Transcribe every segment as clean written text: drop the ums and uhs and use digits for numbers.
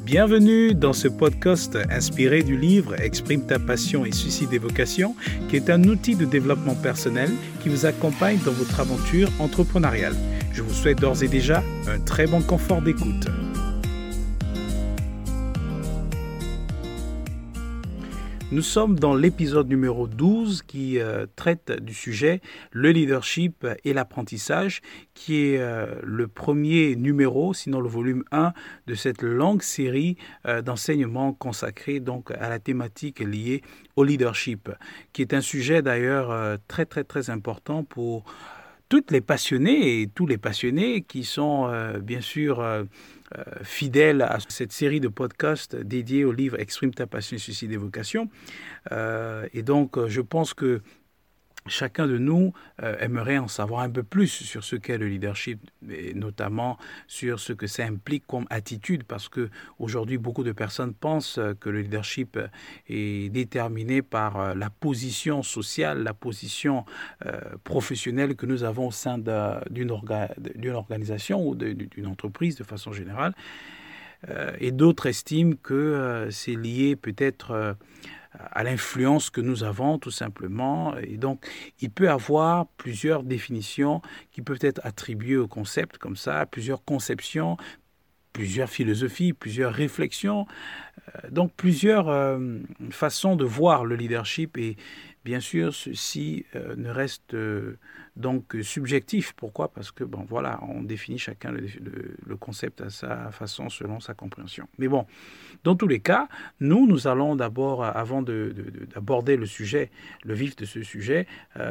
Bienvenue dans ce podcast inspiré du livre Exprime ta passion et suscite des vocations, qui est un outil de développement personnel qui vous accompagne dans votre aventure entrepreneuriale. Je vous souhaite d'ores et déjà un très bon confort d'écoute. Nous sommes dans l'épisode numéro 12 qui traite du sujet le leadership et l'apprentissage, qui est le premier numéro, sinon le volume 1 de cette longue série d'enseignements consacrés donc à la thématique liée au leadership, qui est un sujet d'ailleurs très important pour toutes les passionnées et tous les passionnés qui sont bien sûr fidèles à cette série de podcasts dédiés au livre Exprime ta passion et suscite des vocations. Et donc, je pense que chacun de nous aimerait en savoir un peu plus sur ce qu'est le leadership, et notamment sur ce que ça implique comme attitude, parce que aujourd'hui beaucoup de personnes pensent que le leadership est déterminé par la position sociale, la position professionnelle que nous avons au sein d'une organisation ou d'une entreprise de façon générale, et d'autres estiment que c'est lié peut-être à l'influence que nous avons tout simplement. Et donc, il peut y avoir plusieurs définitions qui peuvent être attribuées au concept comme ça, plusieurs conceptions, plusieurs philosophies, plusieurs réflexions, donc plusieurs façons de voir le leadership. Et bien sûr, ceci ne reste donc subjectif. Pourquoi ? Parce que, on définit chacun le concept à sa façon, selon sa compréhension. Mais bon, dans tous les cas, nous allons d'abord, avant d'aborder le sujet, le vif de ce sujet,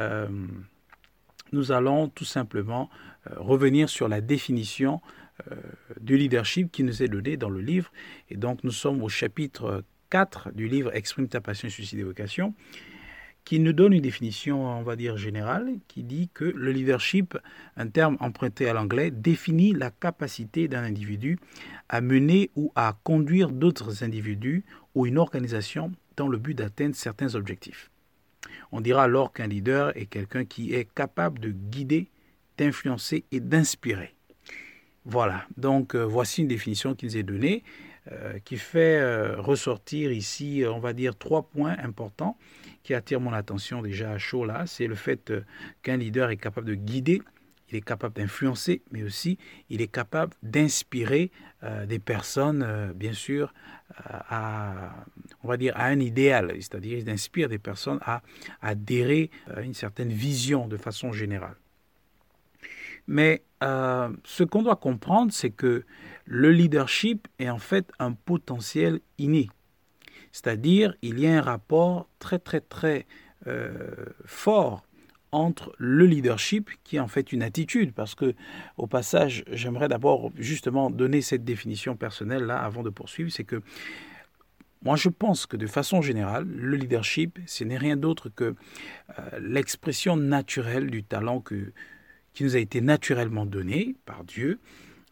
nous allons tout simplement revenir sur la définition du leadership qui nous est donnée dans le livre. Et donc, nous sommes au chapitre 4 du livre Exprime ta passion et suscite des vocations, qui nous donne une définition, on va dire, générale, qui dit que le leadership, un terme emprunté à l'anglais, définit la capacité d'un individu à mener ou à conduire d'autres individus ou une organisation dans le but d'atteindre certains objectifs. On dira alors qu'un leader est quelqu'un qui est capable de guider, d'influencer et d'inspirer. Voilà, donc voici une définition qui nous est donnée, qui fait ressortir ici, on va dire, 3 points importants qui attirent mon attention déjà à chaud là. C'est le fait qu'un leader est capable de guider, il est capable d'influencer, mais aussi il est capable d'inspirer des personnes, bien sûr, on va dire, à un idéal, c'est-à-dire il inspire des personnes à adhérer à une certaine vision de façon générale. Mais ce qu'on doit comprendre, c'est que le leadership est en fait un potentiel inné. C'est-à-dire, il y a un rapport très fort entre le leadership, qui est en fait une attitude, parce que, au passage, j'aimerais d'abord justement donner cette définition personnelle là, avant de poursuivre, c'est que moi je pense que de façon générale, le leadership, ce n'est rien d'autre que l'expression naturelle du talent qui nous a été naturellement donné par Dieu,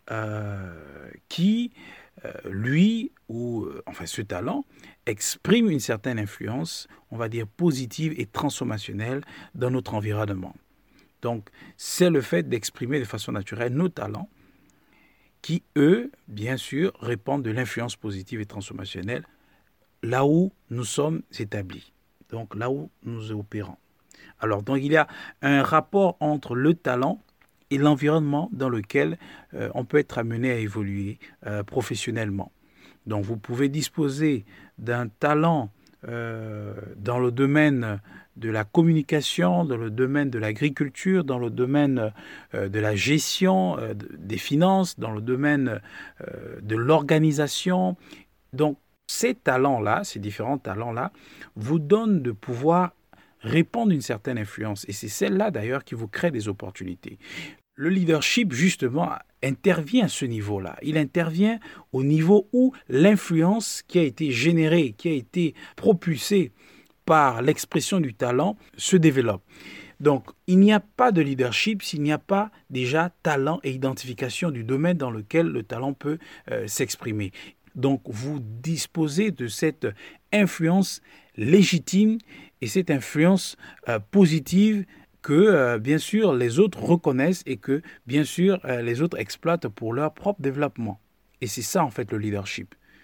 qui, lui, ce talent, exprime une certaine influence, on va dire positive et transformationnelle dans notre environnement. Donc, c'est le fait d'exprimer de façon naturelle nos talents qui, eux, bien sûr, répandent de l'influence positive et transformationnelle là où nous sommes établis, donc là où nous opérons. Alors, donc, il y a un rapport entre le talent et l'environnement dans lequel on peut être amené à évoluer professionnellement. Donc, vous pouvez disposer d'un talent dans le domaine de la communication, dans le domaine de l'agriculture, dans le domaine de la gestion des finances, dans le domaine de l'organisation. Donc, ces talents-là, ces différents talents-là, vous donnent de pouvoir répandre une certaine influence. Et c'est celle-là, d'ailleurs, qui vous crée des opportunités. Le leadership, justement, intervient à ce niveau-là. Il intervient au niveau où l'influence qui a été générée, qui a été propulsée par l'expression du talent, se développe. Donc, il n'y a pas de leadership s'il n'y a pas déjà talent et identification du domaine dans lequel le talent peut s'exprimer. Donc, vous disposez de cette influence légitime et cette influence positive que, bien sûr, les autres reconnaissent et que, bien sûr, les autres exploitent pour leur propre développement. Et c'est ça, en fait, le leadership.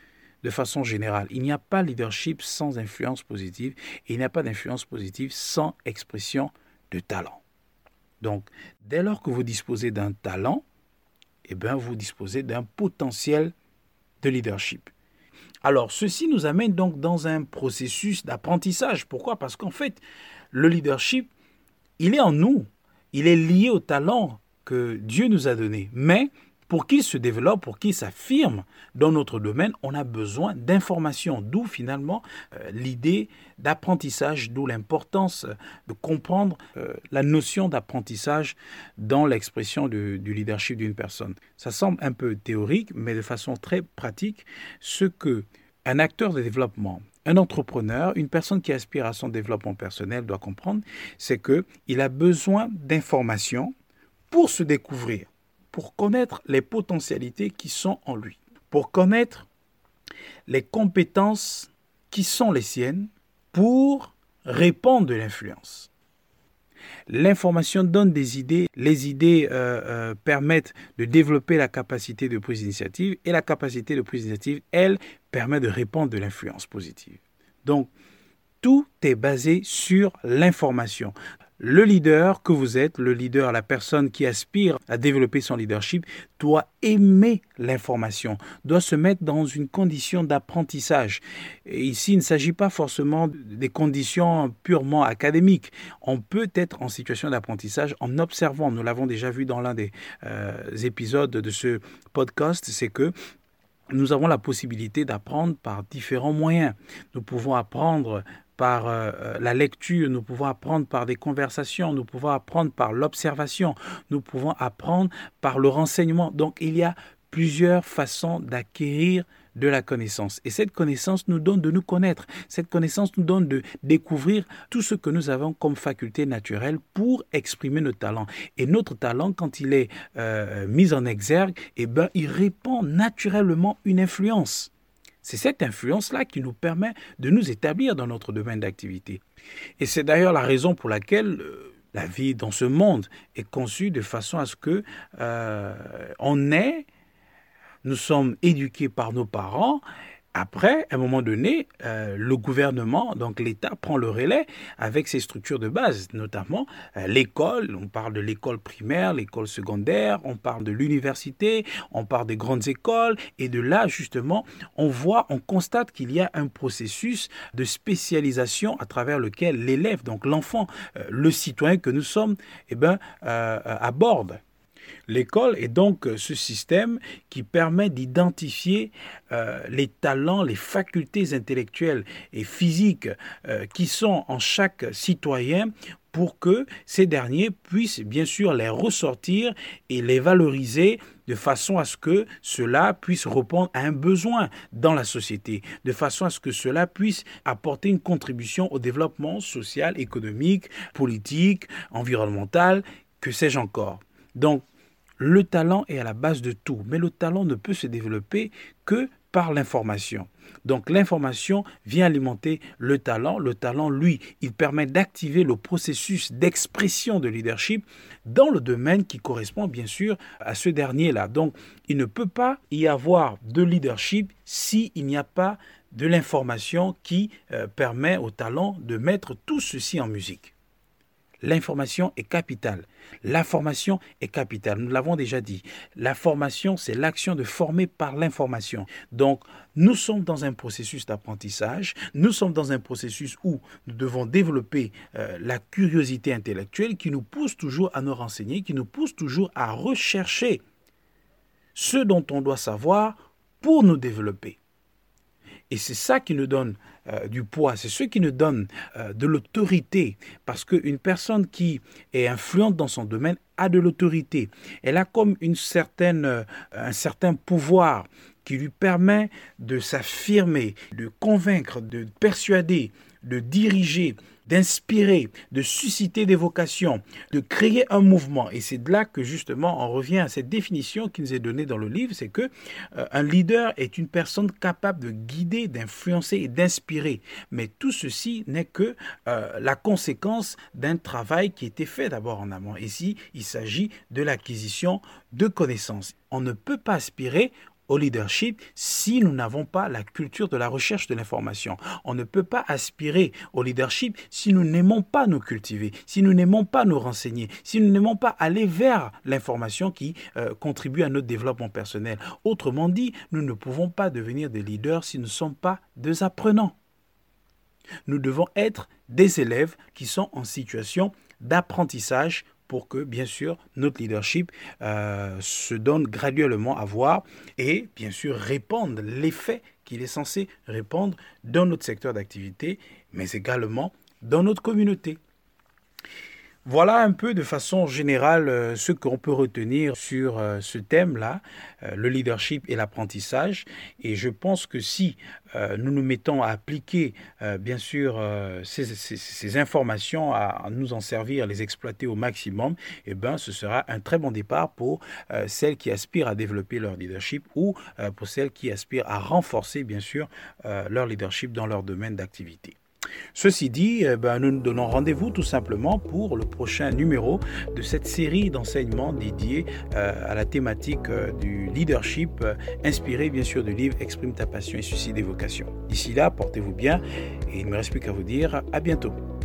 de façon générale. Il n'y a pas de leadership sans influence positive et il n'y a pas d'influence positive sans expression de talent. Donc, dès lors que vous disposez d'un talent, eh bien, vous disposez d'un potentiel de leadership. Alors, ceci nous amène donc dans un processus d'apprentissage. Pourquoi? Parce qu'en fait, le leadership, il est en nous. Il est lié au talent que Dieu nous a donné. Mais pour qu'il se développe, pour qu'il s'affirme dans notre domaine, on a besoin d'informations. D'où finalement l'idée d'apprentissage, d'où l'importance de comprendre la notion d'apprentissage dans l'expression du leadership d'une personne. Ça semble un peu théorique, mais de façon très pratique, ce que un acteur de développement, un entrepreneur, une personne qui aspire à son développement personnel doit comprendre, c'est qu'il a besoin d'informations pour se découvrir, pour connaître les potentialités qui sont en lui, pour connaître les compétences qui sont les siennes, pour répandre de l'influence. L'information donne des idées, les idées permettent de développer la capacité de prise d'initiative et la capacité de prise d'initiative, elle, permet de répandre de l'influence positive. Donc, tout est basé sur l'information. Le leader que vous êtes, le leader, la personne qui aspire à développer son leadership, doit aimer l'information, doit se mettre dans une condition d'apprentissage. Et ici, il ne s'agit pas forcément des conditions purement académiques. On peut être en situation d'apprentissage en observant. Nous l'avons déjà vu dans l'un des épisodes de ce podcast, c'est que nous avons la possibilité d'apprendre par différents moyens. Nous pouvons apprendre par la lecture, nous pouvons apprendre par des conversations, nous pouvons apprendre par l'observation, nous pouvons apprendre par le renseignement. Donc, il y a plusieurs façons d'acquérir de la connaissance. Et cette connaissance nous donne de nous connaître. Cette connaissance nous donne de découvrir tout ce que nous avons comme faculté naturelle pour exprimer nos talents. Et notre talent, quand il est mis en exergue, eh ben, il répand naturellement une influence. C'est cette influence-là qui nous permet de nous établir dans notre domaine d'activité. Et c'est d'ailleurs la raison pour laquelle la vie dans ce monde est conçue de façon à ce que nous sommes éduqués par nos parents. Après, à un moment donné, le gouvernement, donc l'État, prend le relais avec ses structures de base, notamment l'école. On parle de l'école primaire, l'école secondaire, on parle de l'université, on parle des grandes écoles. Et de là, justement, on constate qu'il y a un processus de spécialisation à travers lequel l'élève, donc l'enfant, le citoyen que nous sommes, aborde. L'école est donc ce système qui permet d'identifier les talents, les facultés intellectuelles et physiques qui sont en chaque citoyen pour que ces derniers puissent bien sûr les ressortir et les valoriser de façon à ce que cela puisse répondre à un besoin dans la société, de façon à ce que cela puisse apporter une contribution au développement social, économique, politique, environnemental, que sais-je encore. Donc, le talent est à la base de tout, mais le talent ne peut se développer que par l'information. Donc l'information vient alimenter le talent. Le talent, lui, il permet d'activer le processus d'expression de leadership dans le domaine qui correspond bien sûr à ce dernier-là. Donc il ne peut pas y avoir de leadership s'il n'y a pas de l'information qui permet au talent de mettre tout ceci en musique. L'information est capitale. La formation est capitale. Nous l'avons déjà dit. La formation, c'est l'action de former par l'information. Donc, nous sommes dans un processus d'apprentissage. Nous sommes dans un processus où nous devons développer la curiosité intellectuelle qui nous pousse toujours à nous renseigner, qui nous pousse toujours à rechercher ce dont on doit savoir pour nous développer. Et c'est ça qui nous donne du poids, c'est ce qui nous donne de l'autorité. Parce qu'une personne qui est influente dans son domaine a de l'autorité. Elle a comme un certain pouvoir qui lui permet de s'affirmer, de convaincre, de persuader, de diriger, d'inspirer, de susciter des vocations, de créer un mouvement. Et c'est de là que justement on revient à cette définition qui nous est donnée dans le livre, c'est que un leader est une personne capable de guider, d'influencer et d'inspirer. Mais tout ceci n'est que la conséquence d'un travail qui était fait d'abord en amont. Ici, il s'agit de l'acquisition de connaissances. On ne peut pas aspirer au leadership si nous n'avons pas la culture de la recherche de l'information. On ne peut pas aspirer au leadership si nous n'aimons pas nous cultiver, si nous n'aimons pas nous renseigner, si nous n'aimons pas aller vers l'information qui contribue à notre développement personnel. Autrement dit, nous ne pouvons pas devenir des leaders si nous ne sommes pas des apprenants. Nous devons être des élèves qui sont en situation d'apprentissage pour que, bien sûr, notre leadership se donne graduellement à voir et, bien sûr, répandre l'effet qu'il est censé répandre dans notre secteur d'activité, mais également dans notre communauté. Voilà un peu de façon générale ce qu'on peut retenir sur ce thème-là, le leadership et l'apprentissage. Et je pense que si nous nous mettons à appliquer, bien sûr, ces informations, à nous en servir, à les exploiter au maximum, eh ben, ce sera un très bon départ pour celles qui aspirent à développer leur leadership ou pour celles qui aspirent à renforcer, bien sûr, leur leadership dans leur domaine d'activité. Ceci dit, nous nous donnons rendez-vous tout simplement pour le prochain numéro de cette série d'enseignements dédiés à la thématique du leadership, inspiré bien sûr du livre Exprime ta passion et suscite des vocations. D'ici là, portez-vous bien et il ne me reste plus qu'à vous dire à bientôt.